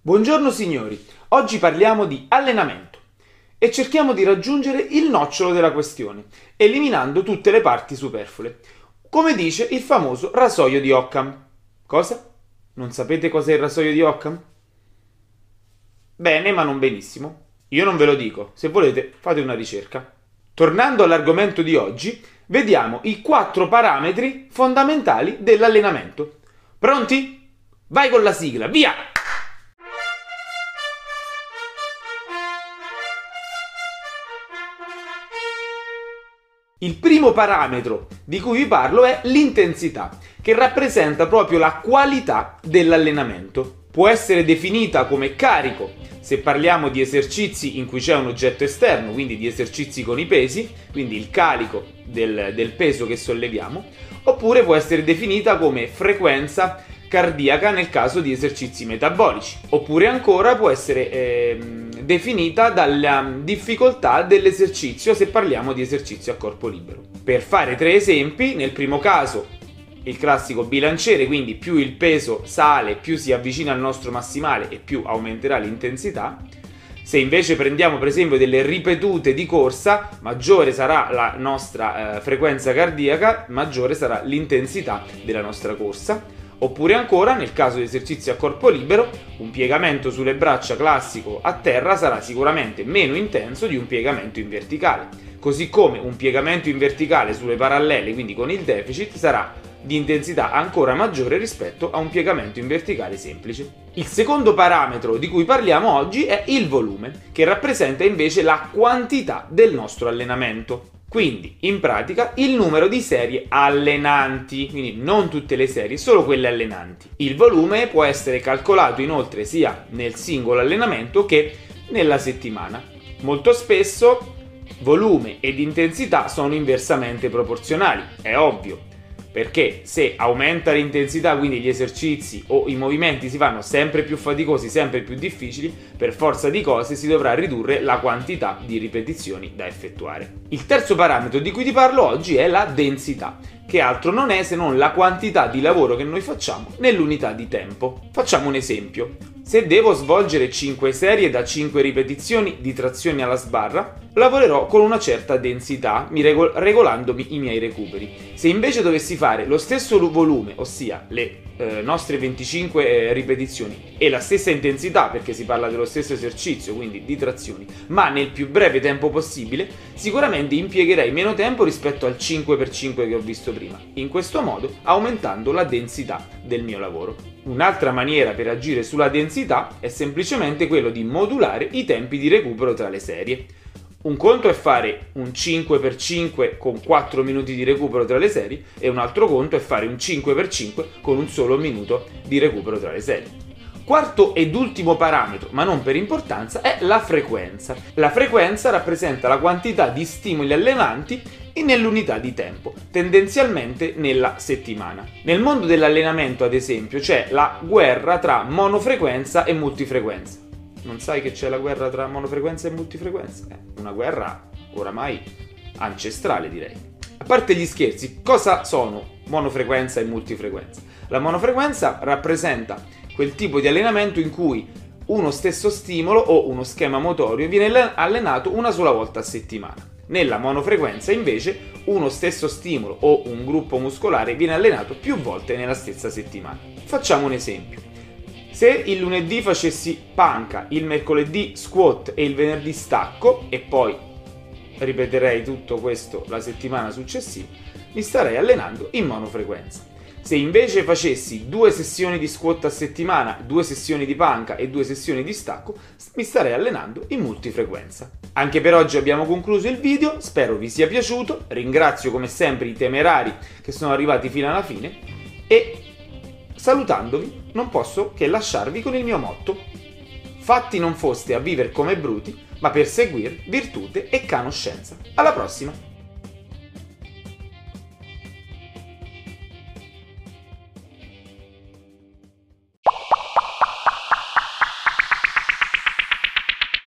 Buongiorno signori, oggi parliamo di allenamento e cerchiamo di raggiungere il nocciolo della questione, eliminando tutte le parti superflue, come dice il famoso rasoio di Occam. Cosa? Non sapete cos'è il rasoio di Occam? Bene, ma non benissimo. Io non ve lo dico, se volete fate una ricerca. Tornando all'argomento di oggi, vediamo i 4 parametri fondamentali dell'allenamento. Pronti? Vai con la sigla, via! Il primo parametro di cui vi parlo è l'intensità, che rappresenta proprio la qualità dell'allenamento. Può essere definita come carico se parliamo di esercizi in cui c'è un oggetto esterno, quindi di esercizi con i pesi, quindi il carico del peso che solleviamo, oppure può essere definita come frequenza cardiaca nel caso di esercizi metabolici, oppure ancora può essere definita dalla difficoltà dell'esercizio se parliamo di esercizio a corpo libero. Per fare 3 esempi, nel primo caso il classico bilanciere, quindi più il peso sale, più si avvicina al nostro massimale e più aumenterà l'intensità. Se invece prendiamo per esempio delle ripetute di corsa, maggiore sarà la nostra frequenza cardiaca, maggiore sarà l'intensità della nostra corsa. Oppure ancora, nel caso di esercizi a corpo libero, un piegamento sulle braccia classico a terra sarà sicuramente meno intenso di un piegamento in verticale, così come un piegamento in verticale sulle parallele, quindi con il deficit, sarà di intensità ancora maggiore rispetto a un piegamento in verticale semplice. Il secondo parametro di cui parliamo oggi è il volume, che rappresenta invece la quantità del nostro allenamento. Quindi, in pratica, il numero di serie allenanti, quindi non tutte le serie, solo quelle allenanti. Il volume può essere calcolato inoltre sia nel singolo allenamento che nella settimana. Molto spesso volume ed intensità sono inversamente proporzionali, è ovvio, perché se aumenta l'intensità, quindi gli esercizi o i movimenti si fanno sempre più faticosi, sempre più difficili, per forza di cose si dovrà ridurre la quantità di ripetizioni da effettuare. Il terzo parametro di cui ti parlo oggi è la densità, che altro non è se non la quantità di lavoro che noi facciamo nell'unità di tempo. Facciamo un esempio. Se devo svolgere 5 serie da 5 ripetizioni di trazioni alla sbarra, lavorerò con una certa densità, regolandomi i miei recuperi. Se invece dovessi fare lo stesso volume, ossia le nostre 25 ripetizioni e la stessa intensità, perché si parla dello stesso esercizio, quindi di trazioni, ma nel più breve tempo possibile, sicuramente impiegherei meno tempo rispetto al 5x5 che ho visto prima, in questo modo aumentando la densità del mio lavoro. Un'altra maniera per agire sulla densità è semplicemente quello di modulare i tempi di recupero tra le serie. Un conto è fare un 5x5 con 4 minuti di recupero tra le serie e un altro conto è fare un 5x5 con un solo minuto di recupero tra le serie. Quarto ed ultimo parametro, ma non per importanza, è la frequenza. La frequenza rappresenta la quantità di stimoli allenanti nell'unità di tempo, tendenzialmente nella settimana. Nel mondo dell'allenamento, ad esempio, c'è la guerra tra monofrequenza e multifrequenza. Non sai che c'è la guerra tra monofrequenza e multifrequenza? Una guerra oramai ancestrale, direi. A parte gli scherzi, cosa sono monofrequenza e multifrequenza? La monofrequenza rappresenta quel tipo di allenamento in cui uno stesso stimolo o uno schema motorio viene allenato una sola volta a settimana. Nella monofrequenza, invece, uno stesso stimolo o un gruppo muscolare viene allenato più volte nella stessa settimana. Facciamo un esempio. Se il lunedì facessi panca, il mercoledì squat e il venerdì stacco, e poi ripeterei tutto questo la settimana successiva, mi starei allenando in monofrequenza. Se invece facessi 2 sessioni di squat a settimana, 2 sessioni di panca e 2 sessioni di stacco, mi starei allenando in multifrequenza. Anche per oggi abbiamo concluso il video, spero vi sia piaciuto, ringrazio come sempre i temerari che sono arrivati fino alla fine e salutandovi non posso che lasciarvi con il mio motto: fatti non foste a viver come bruti, ma per seguir virtute e conoscenza. Alla prossima!